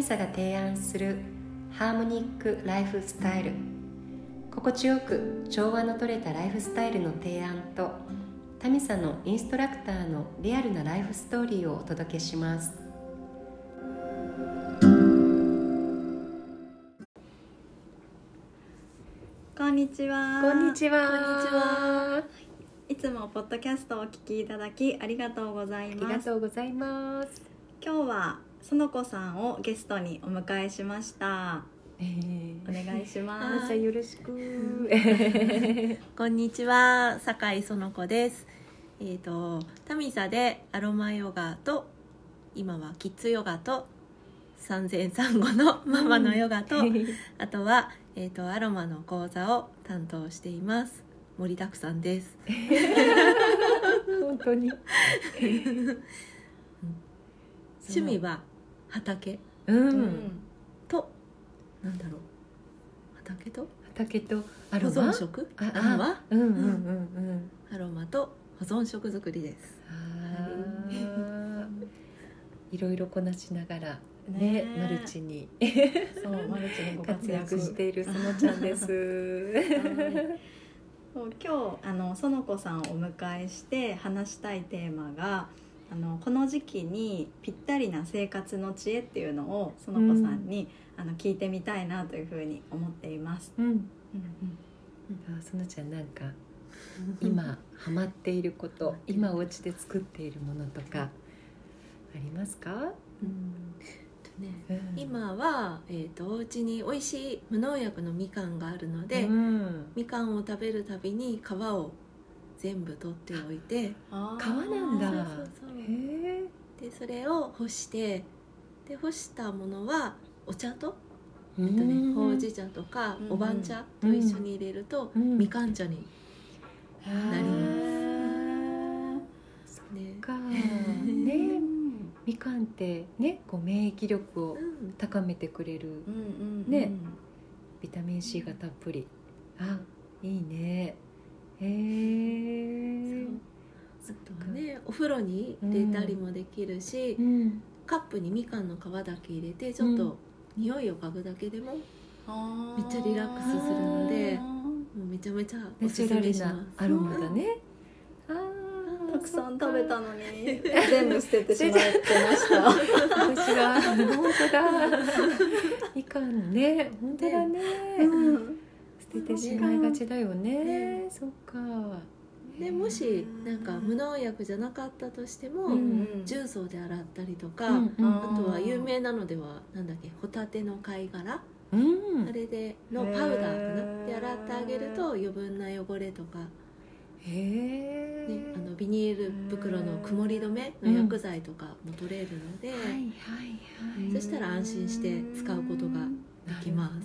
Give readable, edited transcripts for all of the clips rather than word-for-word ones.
ミサが提案するハーモニックライフスタイル、心地よく調和の取れたライフスタイルの提案とタミサのインストラクターのリアルなライフストーリーをお届けします。 こんにちは。 こんにちは。 いつもポッドキャストをお聞きいただきありがとうございます。 ありがとうございます。 今日は園子さんをゲストにお迎えしました。お願いします。 よろしく。 こんにちは、酒井園子です。タミサでアロマヨガと今はキッズヨガと産前産後のママのヨガと、あとは、アロマの講座を担当しています。盛りだくさんです。 本当に。 趣味は畑、となんだろう、畑とアロマ、保存食、アロマと保存食作りです。 いろいろこなしながらね、マルチにマルチにご活躍している園ちゃんです。 今日園子さんをお迎えして話したいテーマがこの時期にぴったりな生活の知恵っていうのを園子さんに、聞いてみたいなというふうに思っています。 園ちゃんなんか今ハマっていること、今お家で作っているものとかありますか？ 今は、お家に美味しい無農薬のみかんがあるので、みかんを食べるたびに皮を全部取っておいて、 皮なんだ。 でそれを干して、で干したものはお茶と、ほうじ茶とかおばん茶と一緒に入れると、みかん茶になります。 そっかね。みかんってね、こう免疫力を高めてくれるね、ビタミン C がたっぷり。いいね。 あとね、お風呂に入れたりもできるし、カップにみかんの皮だけ入れてちょっと匂いを嗅ぐだけでもめっちゃリラックスするので、もうめちゃめちゃおすすめします。 アロマだね。 たくさん食べたのに全部捨ててしまってました。 私が本当だ。みかんね、本当だね。捨ててしまいがちだよね。そっか。 でもしなんか無農薬じゃなかったとしても、重曹で洗ったりとか、あとは有名なのではなんだっけ、ホタテの貝殻、あれでのパウダーかなで洗ってあげると余分な汚れとか、ビニール袋の曇り止めの薬剤とかも取れるので、そしたら安心して使うことができます。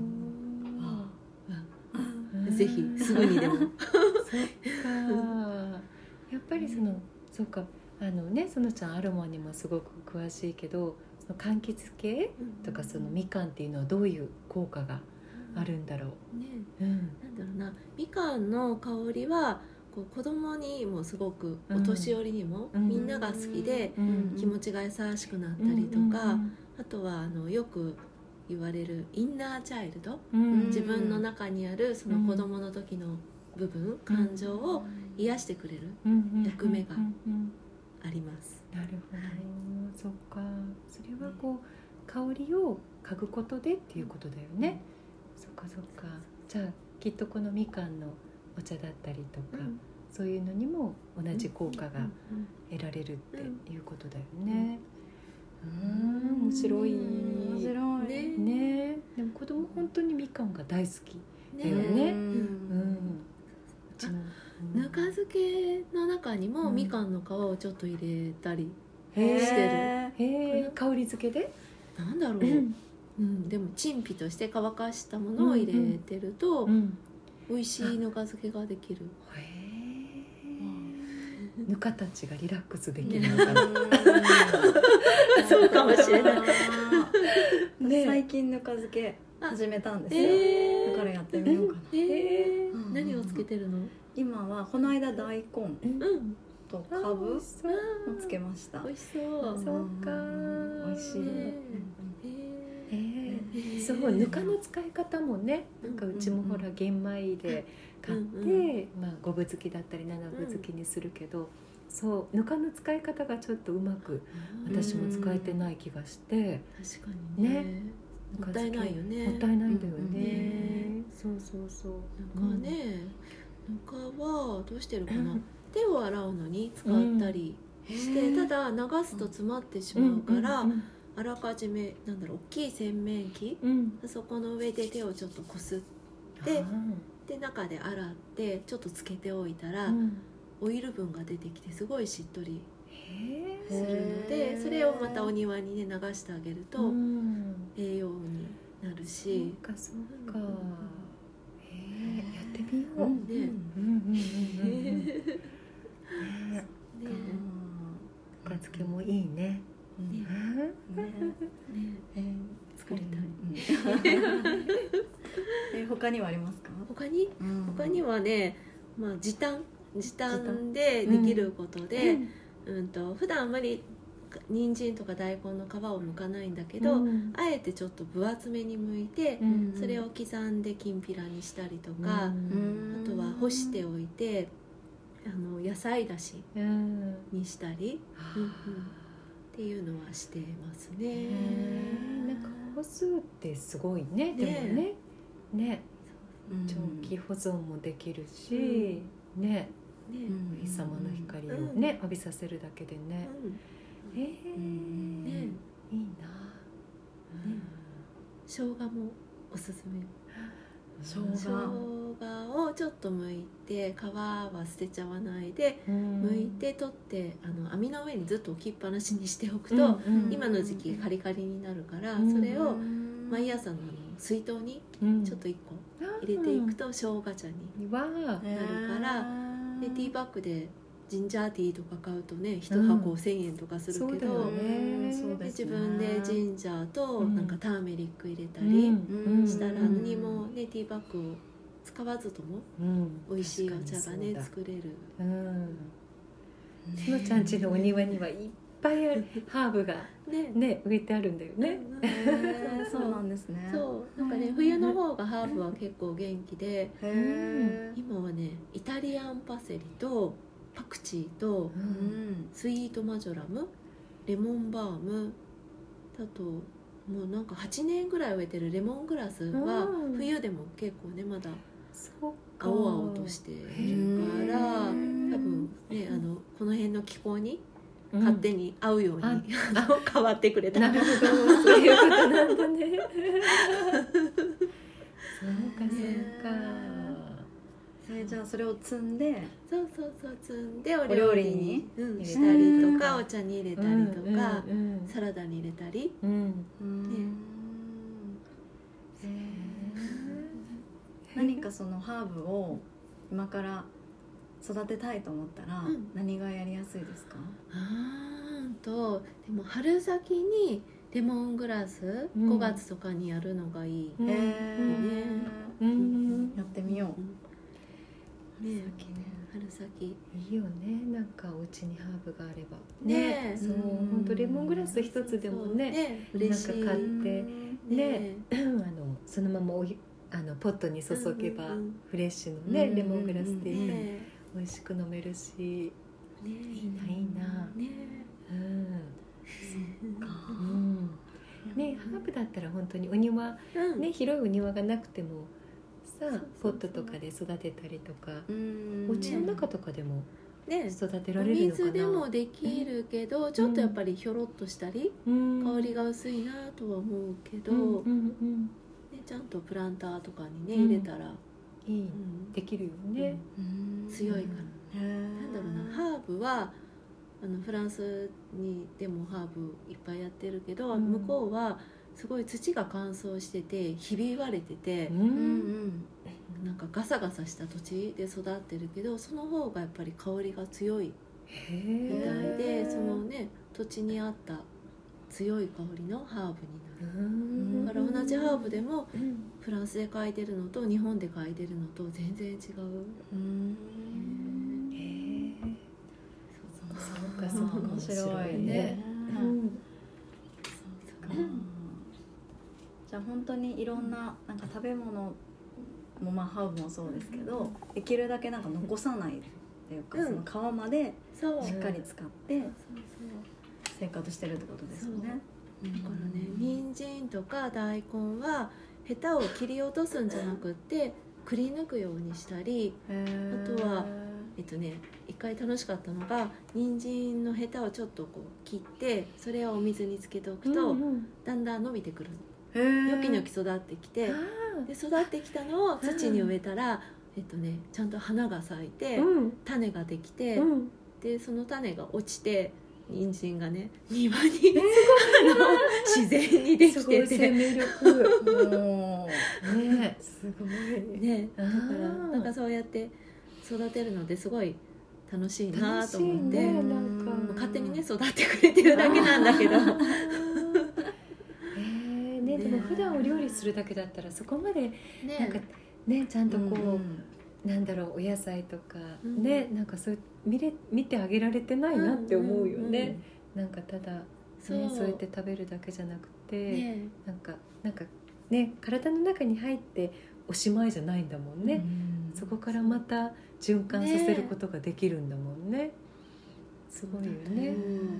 ぜひすぐにでも。そっか。やっぱりそうか、園ちゃんアロマにもすごく詳しいけど、その柑橘系とかそのみかんっていうのはどういう効果があるんだろう。 なんだろうな、みかんの香りはこう子供にもすごく、お年寄りにもみんなが好きで、気持ちが優しくなったりとか、あとはよく言われるインナーチャイルド、自分の中にあるその子供の時の部分、感情を癒してくれる役目があります。 なるほど、そっか。それはこう香りを嗅ぐことでっていうことだよね。そっかそっか。じゃあきっとこのみかんのお茶だったりとか、そういうのにも同じ効果が得られるっていうことだよね。面白いね。でも子供本当にみかんが大好きだよね。 ぬか漬けの中にもみかんの皮をちょっと入れたりしてる。 香り付けでなんだろう、でも陳皮として乾かしたものを入れてると、美味しいぬか漬けができる。 ぬかたちがリラックスできるのかな。 そうかもしれない。 最近ぬか漬け始めたんですよ。だからやってみようかな。 何をつけてるの？ 今はこの間大根とかぶをつけました。 美味しそう。 そうか。 美味しい。 そうぬかの使い方もね、なんかうちもほら玄米で買って、まあ、5分づきだったり7分づきにするけど、そうぬかの使い方がちょっとうまく私も使えてない気がして、 確かにね、もったいないよね。 もったいないんだよね。そうそうそう。 なんかね、ぬかはどうしてるかな、手を洗うのに使ったりして、ただ流すと詰まってしまうから、あらかじめなんだろう、大きい洗面器、そこの上で手をちょっとこすって、で中で洗ってちょっとつけておいたら、オイル分が出てきてすごいしっとりするので、それをまたお庭にね流してあげると栄養になるし。 そうかそうか。やってみよう。 ね。 ぬか漬けもいいね。 作りたい。 他にはありますか？ 他にはね、まあ時短でできることで、普段あんまり人参とか大根の皮を剥かないんだけど、あえてちょっと分厚めに剥いて、それを刻んできんぴらにしたりとか、あとは干しておいて野菜だしにしたり、っていうのはしてますね。 なんか干すってすごいね。でもね、長期保存もできるし、ね、お日様の光をね浴びさせるだけでね。いいな。 生姜もおすすめ。 生姜をちょっと剥いて、皮は捨てちゃわないで剥いて取って、網の上にずっと置きっぱなしにしておくと、今の時期カリカリになるから、それを毎朝の水筒にちょっと1個入れていくと生姜茶になるから、でティーバッグでジンジャーティーとか買うとね、1箱1000円とかするけど、自分でジンジャーとなんかターメリック入れたりしたら、何にもねティーバッグを使わずとも美味しいお茶がね作れる。 のちゃん家のお庭にはいっぱいあるハーブがね植えてあるんだよね。 そうなんですね。 そうなんかね、冬の方がハーブは結構元気で、今はねイタリアンパセリとパクチーとスイートマジョラム、レモンバーム、あともうなんか8年ぐらい植えてるレモングラスは冬でも結構ねまだ青々としているから、多分ねこの辺の気候に勝手に合うように変わってくれた。 なるほど、そういうことなんだね。そうか。 じゃあそれを摘んで、 そう摘んでお料理にしたりとか、お茶に入れたりとか、サラダに入れたり。 何かそのハーブを今から育てたいと思ったら何がやりやすいですか？ でも春先にレモングラス5月とかにやるのがいいね。 やってみよう。 春先いいよね。なんかお家にハーブがあればね。そう本当レモングラス一つでもね、なんか買ってね、そのままポットに注げばフレッシュのねレモングラスティー美味しく飲めるし、いいな。ね、ハーブだったら本当にお庭ね、広いお庭がなくてもさ、ポットとかで育てたりとか、お家の中とかでも育てられるのかな。 お水でもできるけど、ちょっとやっぱりひょろっとしたり香りが薄いなとは思うけど、ちゃんとプランターとかにね入れたらいい、できるよね。 強いから。なんだろうな、ハーブはフランスにでもハーブいっぱいやってるけど、向こうはすごい土が乾燥しててひび割れてて、なんかガサガサした土地で育ってるけど、その方がやっぱり香りが強いみたいで、そのね土地に合った強い香りのハーブになる。だから同じハーブでもフランスで嗅いでるのと日本で嗅いでるのと全然違う。 そうか、面白いね。 じゃじゃあ本当にいろんな、なんか食べ物もまあハーブもそうですけど、できるだけなんか残さないっていうか、その皮までそうしっかり使って生活してるってことですよね。 だからね、人参とか大根はヘタを切り落とすんじゃなくってくり抜くようにしたり、あとは一回楽しかったのが、人参のヘタをちょっとこう切ってそれをお水につけておくと、だんだん伸びてくるの。ニョキニョキ育ってきて、で育ってきたのを土に植えたら、ちゃんと花が咲いて、種ができて、でその種が落ちて人参がね庭に、自然にできてて、 すごい生命力ね、 すごいね。だからなんかそうやって育てるのですごい楽しいなと思って、 なんか勝手にね育ってくれてるだけなんだけどね、でも普段お料理するだけだったらそこまでなんかね、ちゃんとこう、なんだろう、お野菜とかね、なんかそう見てあげられてないなって思うよね。なんかただね、そうやって食べるだけじゃなくて、なんかね、体の中に入っておしまいじゃないんだもんね。そこからまた循環させることができるんだもんね。すごいよね。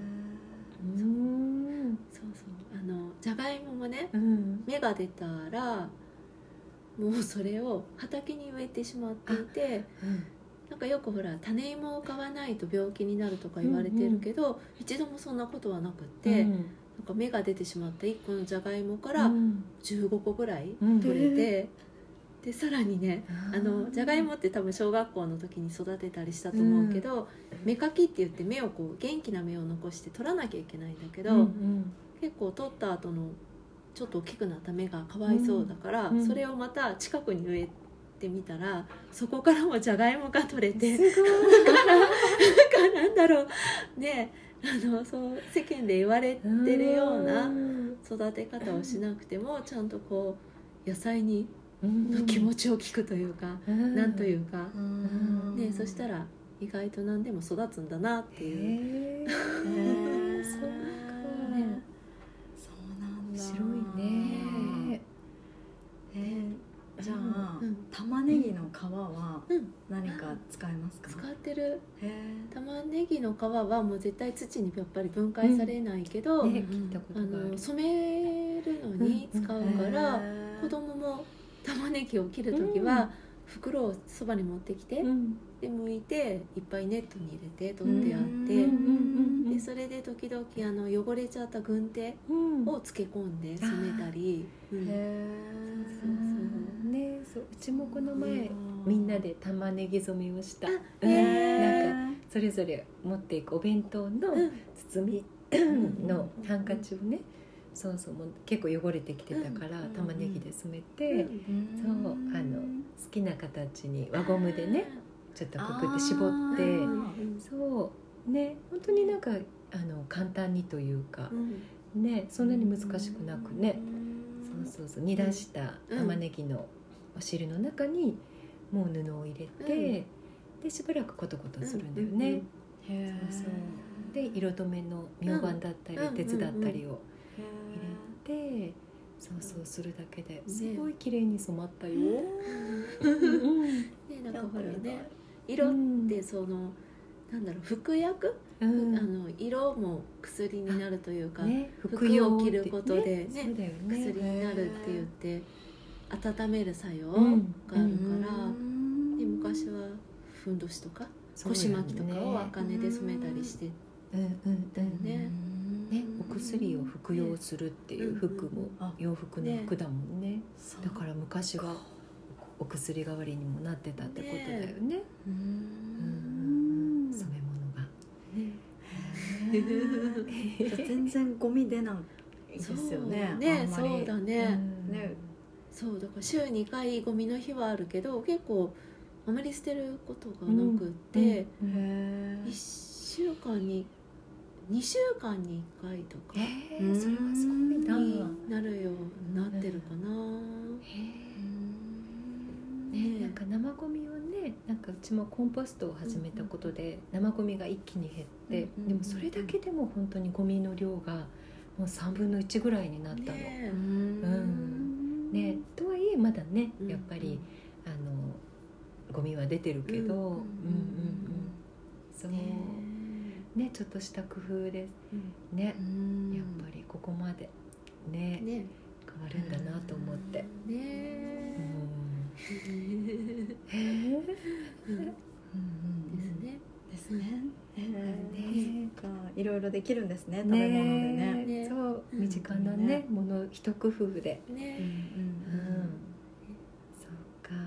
そうじゃがいももね、芽が出たらもうそれを畑に植えてしまっていて、なんかよくほら種芋を買わないと病気になるとか言われてるけど、一度もそんなことはなくって、なんか芽が出てしまった1個のじゃがいもから15個ぐらい取れて、でさらにね、じゃがいもって多分小学校の時に育てたりしたと思うけど、芽かきって言って芽をこう元気な芽を残して取らなきゃいけないんだけど、結構取った後のちょっと大きくなった芽がかわいそうだから、それをまた近くに植えてみたら、そこからもじゃがいもが取れて、 すごいなんだろうね、そう世間で言われてるような育て方をしなくても、ちゃんとこう野菜にの気持ちを聞くというか、なんというか、ね、そしたら意外と何でも育つんだなっていう。 そうか、ね、 そうなんだ。 面白いね。 じゃあ、玉ねぎの皮は何か使えますか？ 使ってる。玉ねぎの皮はもう絶対土にやっぱり分解されないけど、 聞いたことがある。 染めるのに使うから、子供も玉ねぎを切るときは袋をそばに持ってきて、で剥いていっぱいネットに入れて取ってあって、でそれで時々汚れちゃった軍手を漬け込んで染めたり。 そう、うちもこの前みんなで玉ねぎ染めをした。なんかそれぞれ持っていくお弁当の包みのハンカチをね、もう結構汚れてきてたから玉ねぎで染めて、好きな形に輪ゴムでねちょっとこうって絞って、そうね、本当になんか簡単にというか、ね、そんなに難しくなくね、煮出した玉ねぎのお汁の中にもう布を入れて、でしばらくコトコトするんだよね。で色止めのミョウバンだったり鉄だったりを入れて、そうするだけですごい綺麗に染まったよ。 なんかほらね、色ってなんだろう、服薬、色も薬になるというか、服を着ることでね、薬になるって言って温める作用があるから、で昔はふんどしとか腰巻きとかを茜で染めたりしてたよね。 お薬を服用するっていう服も洋服の服だもんね。だから昔はお薬代わりにもなってたってことだよね。染め物が。 全然ゴミ出ないですよね。 そうだね。そうだから週2回ゴミの日はあるけど、結構あまり捨てることがなくって、2週間に1回とか、 それはすごいな。 になるようになってるかな。 なんか生ゴミをね、なんかうちもコンポストを始めたことで生ゴミが一気に減って、でもそれだけでも本当にゴミの量がもう3分の1ぐらいになったの。 ね、とはいえまだねうんやっぱり、ゴミは出てるけど、そうね、ちょっとした工夫でね、やっぱりここまでね変わるんだなと思って、 ですね。いろいろできるんですね、食べ物でね。 そう身近なねもの一工夫で。そうか。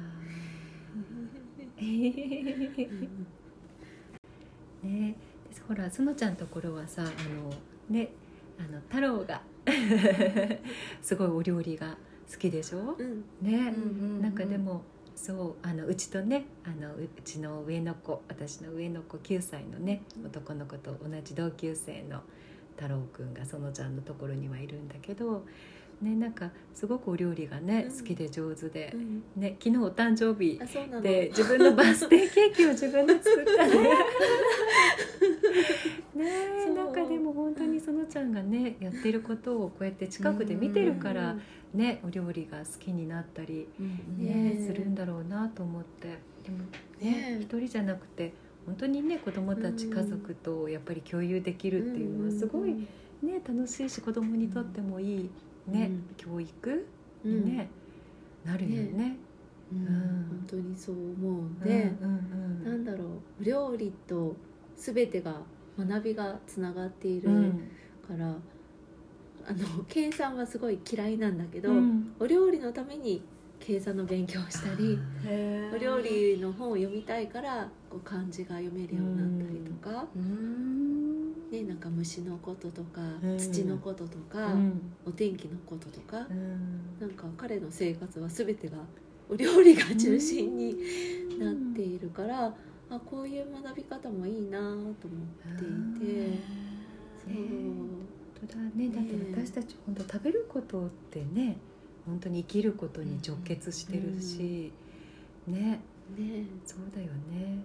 ね、ほら園ちゃんのところはさね太郎がすごいお料理が好きでしょ、ね、なんかでもそううちとねうちの上の子私の上の子9歳のね男の子と同じ同級生の太郎くんが園ちゃんのところにはいるんだけど、ね、なんかすごくお料理がね好きで上手で、ね、昨日お誕生日で自分のバースデーケーキを自分で作ったねね、なんかでも本当に園ちゃんがねやってることをこうやって近くで見てるからねお料理が好きになったり、ねするんだろうなと思って。でもね一人じゃなくて本当にね子供たち家族とやっぱり共有できるっていうのはすごいね楽しいし子供にとってもいいね教育にねなるよね。 本当にそう思うね。なんだろう、料理と全てが学びがつながっているから、計算はすごい嫌いなんだけど、お料理のために計算の勉強をしたり、お料理の本を読みたいからこう漢字が読めるようになったりとか、ね、なんか虫のこととか、土のこととか、お天気のこととか、なんか彼の生活は全てがお料理が中心になっているから、こういう学び方もいいなと思っていて、 そうだね。だって私たち本当食べることってね本当に生きることに直結してるし、ねそうだよね。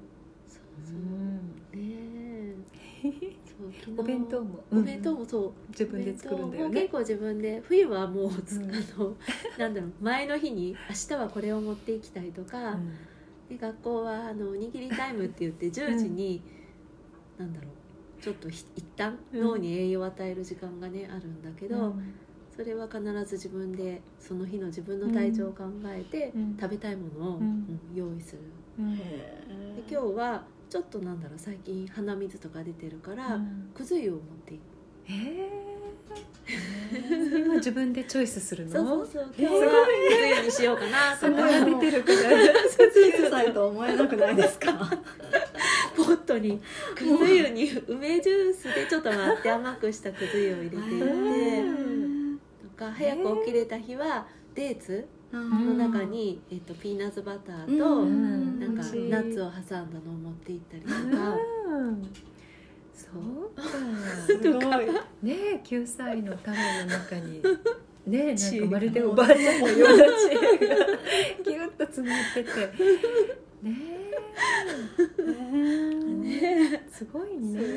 お弁当もそう自分で作るんだよね。 結構自分で冬はもうなんだろう前の日に明日はこれを持っていきたいとか、で学校はおにぎりタイムって言って10時になんだろうちょっと一旦脳に栄養を与える時間がねあるんだけど、それは必ず自分でその日の自分の体調を考えて食べたいものを用意する。で今日はちょっとなんだろう最近鼻水とか出てるからくず湯を持っていく。 今自分でチョイスするの？ そう今日はくず湯にしようかなとか。 出てるから 9歳と思えなくないですか？ ポットにくず湯に梅ジュースでちょっと割って甘くしたくず湯を入れていってとか、早く起きれた日はデーツの中に、ピーナッツバターとなんかナッツを挟んだのを持っていったりとか。 そうかすごいね9歳の太郎の中にねなんかまるでおばあちゃんのような知恵がギュッと詰まっててすごいね。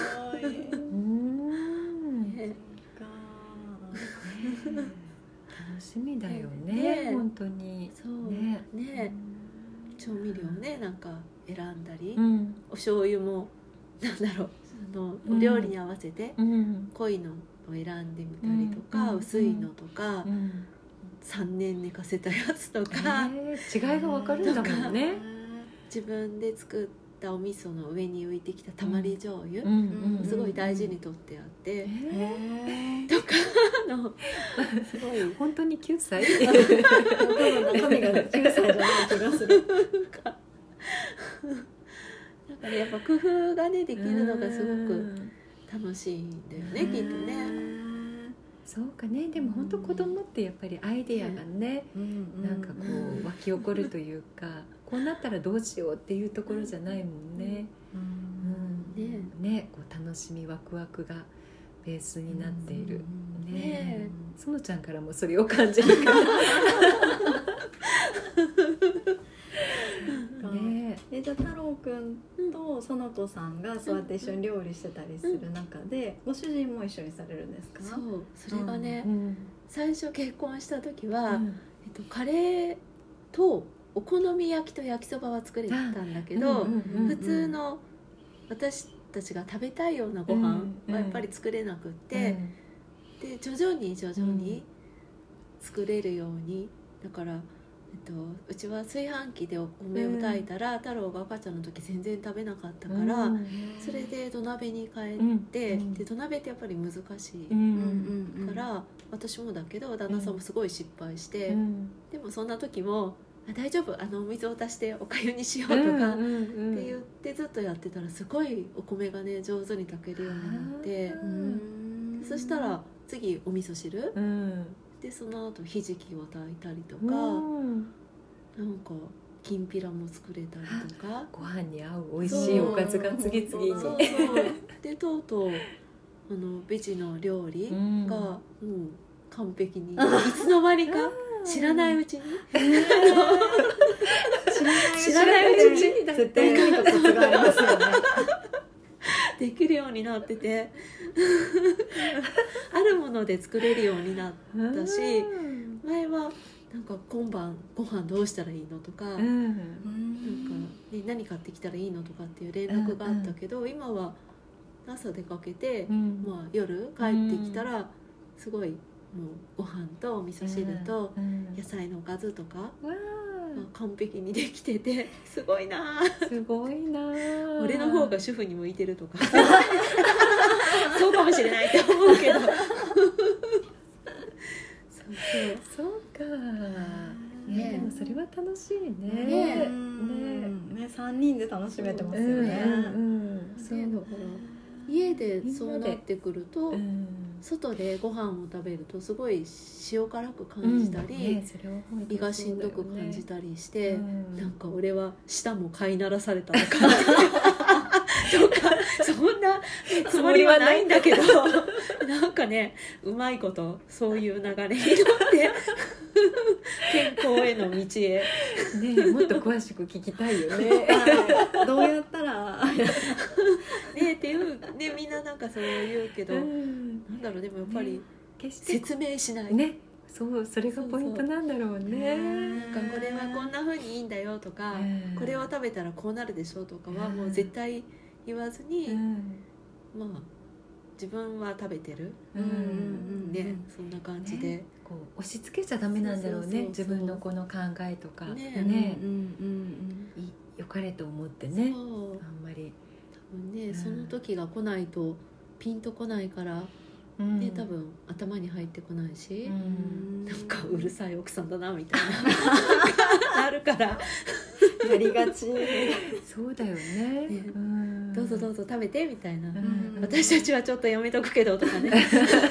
楽しみだよね本当に。 そうね調味料ねなんか選んだり、お醤油もなんだろうお料理に合わせて濃いのを選んでみたりとか、薄いのとか、3年寝かせたやつとか、 違いが分かるんだもんね。 自分で作ったお味噌の上に浮いてきたたまり醤油、すごい大事にとってあって、とかすごい本当に9歳中身が9歳じゃない気がする。 だからやっぱ工夫がねできるのがすごく楽しいんだよね、きっとね。 そうかね。でも本当子供ってやっぱりアイデアがね、なんかこう湧き起こるというか、こうなったらどうしようっていうところじゃないもんね。ねこう楽しみワクワクがベースになっているね。園ちゃんからもそれを感じるからじゃあ太郎くんと園子さんがそうやって一緒に料理してたりする中で、ご主人も一緒にされるんですか？ それがね、最初結婚した時は、 カレーとお好み焼きと焼きそばは作れたんだけど、普通の私たちが食べたいようなご飯はやっぱり作れなくって、で徐々に作れるように、だから、うちは炊飯器でお米を炊いたら、太郎が赤ちゃんの時全然食べなかったから、それで土鍋に変えて、で土鍋ってやっぱり難しいから、私もだけど旦那さんもすごい失敗して、でもそんな時も大丈夫、お水を足しておかゆにしようとかって言ってずっとやってたら、すごいお米がね上手に炊けるようになって、そしたら次お味噌汁、でその後ひじきを炊いたりとか、なんかきんぴらも作れたりとか、 ご飯に合う美味しいおかずが次々に、 そうでとうとうベジの料理がもう完璧に、いつの間にか知らないうちに知らないうちに絶対何かコツがありますよねできるようになっててあるもので作れるようになったし、前はなんか今晩ご飯どうしたらいいのとか、なんか、ね、何買ってきたらいいのとかっていう連絡があったけど、今は朝出かけて、まあ、夜帰ってきたらすごいもうご飯とお味噌汁と野菜のおかずとか、完璧にできてて、すごいなすごいな俺の方が主婦に向いてるとかそうかもしれないって思うけどそうか、ね、でもそれは楽しいね。 ね、3人で楽しめてますよね。 そうだから家でそうなってくると、外でご飯を食べるとすごい塩辛く感じたり、胃がしんどく感じたりして、なんか俺は舌も飼いならされたのかとかそんなつもりはないんだけどなんかね、うまいことそういう流れに乗って健康への道へ、 ね、もっと詳しく聞きたいよねどうやったらねっていうね、みんななんかそう言うけど、なんだろう、でもやっぱり説明しないね、そう、それがポイントなんだろうね。 なんかこれはこんな風にいいんだよとか、これを食べたらこうなるでしょとかはもう絶対言わずに、まあ自分は食べてる、ね、そんな感じで、 こう押し付けちゃダメなんだろうね、自分のこの考えとかね、良かれと思ってね、あんまり多分ね、その時が来ないとピンとこないから、ね、多分頭に入ってこないし、なんかうるさい奥さんだなみたいなあるからやりがちそうだよね、 どうぞどうぞ食べてみたいな、私たちはちょっとやめとくけどとかね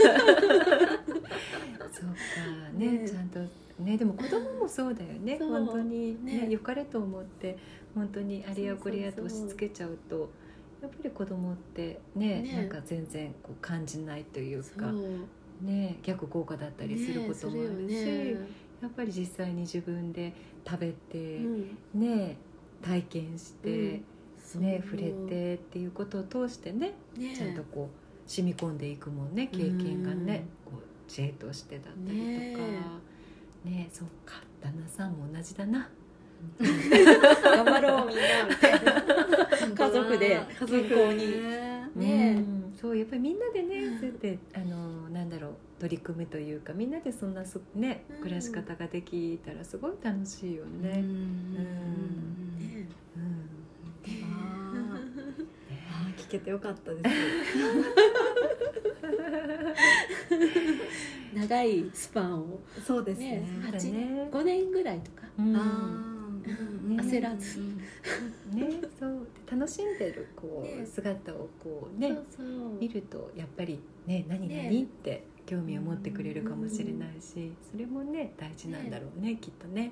そうかね、ちゃんとね、でも子供もそうだよね、本当にね、良かれと思って本当にあれやこれやと押し付けちゃうと、やっぱり子供ってね、なんか全然こう感じないというかね、逆効果だったりすることもあるし、やっぱり実際に自分で食べて、ね、体験して、ね、触れてっていうことを通してね、ちゃんとこう染み込んでいくもんね、経験がね、こう知恵としてだったりとか、ね、そうか、旦那さんも同じだな頑張ろうみんなみたいな家族で健康にね、 そうやっぱりみんなでね、そうやってなんだろう、取り組むというか、みんなでそんなね、暮らし方ができたらすごい楽しいよね。 聞けてよかったです長いスパンを、 そうですね、 5年ぐらいとか、焦らずね、そう楽しんでるこう姿をこうね、見るとやっぱりね、何々って興味を持ってくれるかもしれないし、それもね大事なんだろうね、きっとね。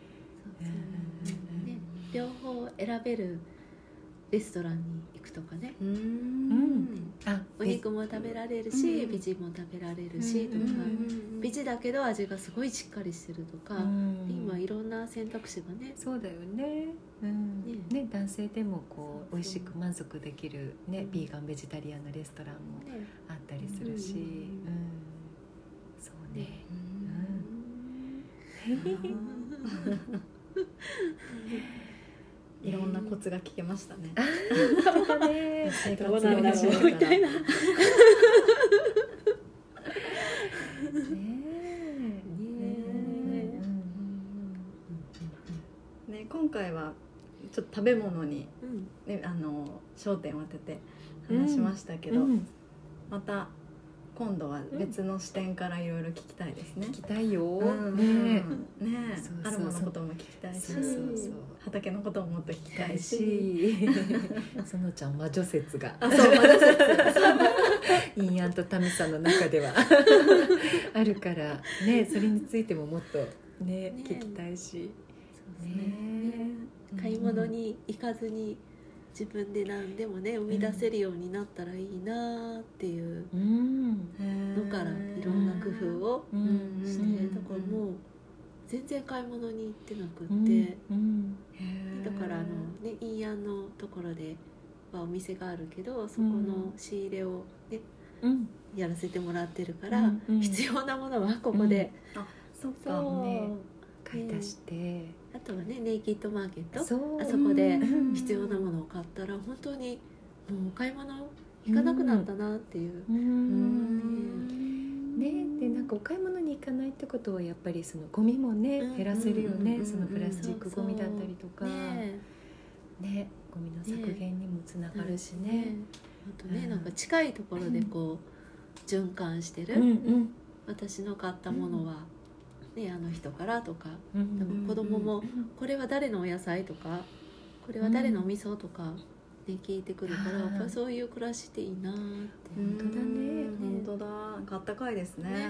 両方選べるレストランに行くとかね、お肉も食べられるし、ビジも食べられるしとか、ビジだけど味がすごいしっかりしてるとか、今いろんな選択肢がね、 そうだよね、ね、男性でもこう美味しく満足できるね、ビーガンベジタリアンのレストランもあったりするし、そうね、 いろんなコツが聞けましたね。 そうだね。 どうなんだろうみたいな。 ね、今回はちょっと食べ物に、ね、焦点を当てて話しましたけど、また今度は別の視点からいろいろ聞きたいですね。 聞きたいよ。 ね、 そうアロマのことも聞きたいし、畑のことももっと聞きたいし、 そのちゃん魔女説が、 そう魔女説、 陰陽とタミさんの中ではあるからね、それについてももっとね聞きたいし、 買い物に行かずに自分で何でもね生み出せるようになったらいいなっていうのからいろんな工夫をして、だからもう全然買い物に行ってなくって、だから陰陽のところではお店があるけど、そこの仕入れをねやらせてもらってるから、必要なものはここで、 そうかね、 買い出して、 あとはねネイキッドマーケット、あそこで必要なものを買ったら本当にもう買い物行かなくなったなっていう。 ね、でなんかお買い物に行かないってことはやっぱりそのゴミもね減らせるよね。そのプラスチックゴミだったりとか、ね、ゴミの削減にもつながるしね。 あとね、なんか近いところでこう循環してる。私の買ったものはね、あの人からとか、でも子供もこれは誰のお野菜とか、これは誰のお味噌とか、ね、聞いてくるから、やっぱりそういう暮らしっていいなって。 本当だね。 本当だ。あったかいですね。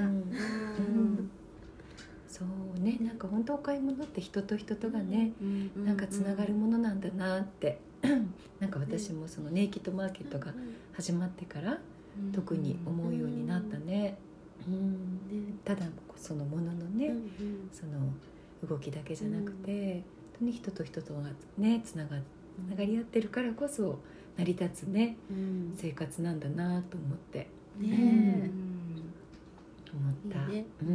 そうね、なんか本当お買い物って人と人とがね、なんかつながるものなんだなって。なんか私もそのネイキッドマーケットが始まってから特に思うようになったね。ただそのもののね、その動きだけじゃなくて、本当に人と人とがねつながり合ってるからこそ成り立つね、生活なんだなと思って思った。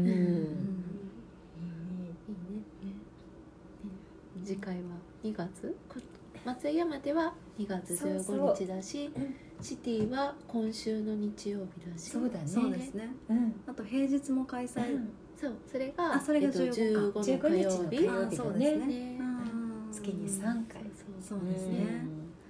次回は2月、松江山では2月15日だし、シティは今週の日曜日だし、 そうだね、 そうですね。あと平日も開催、 そうそれが 15 の火曜日、 そうですね。 月に3回、 そうですね。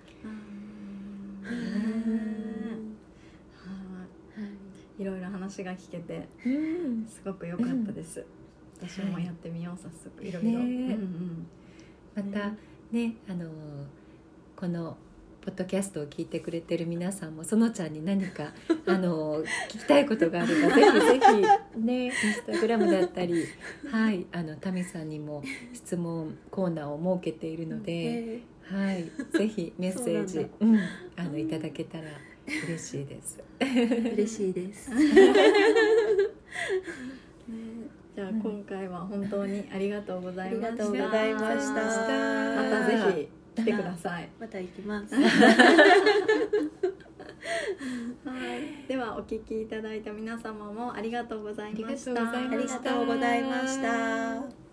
いろいろ話が聞けてすごく良かったです。私もやってみよう、早速いろいろ。 またね、このポッドキャストを聞いてくれてる皆さんも、そのちゃんに何か聞きたいことがあればぜひぜひね、インスタグラムだったり、はい、タミさんにも質問コーナーを設けているので、はい、ぜひメッセージいただけたら嬉しいです。 嬉しいです。 じゃあ今回は本当にありがとうございました。 ありがとうございました。 またぜひ来てください。 また行きます。 ではお聞きいただいた皆様もありがとうございました。 ありがとうございました。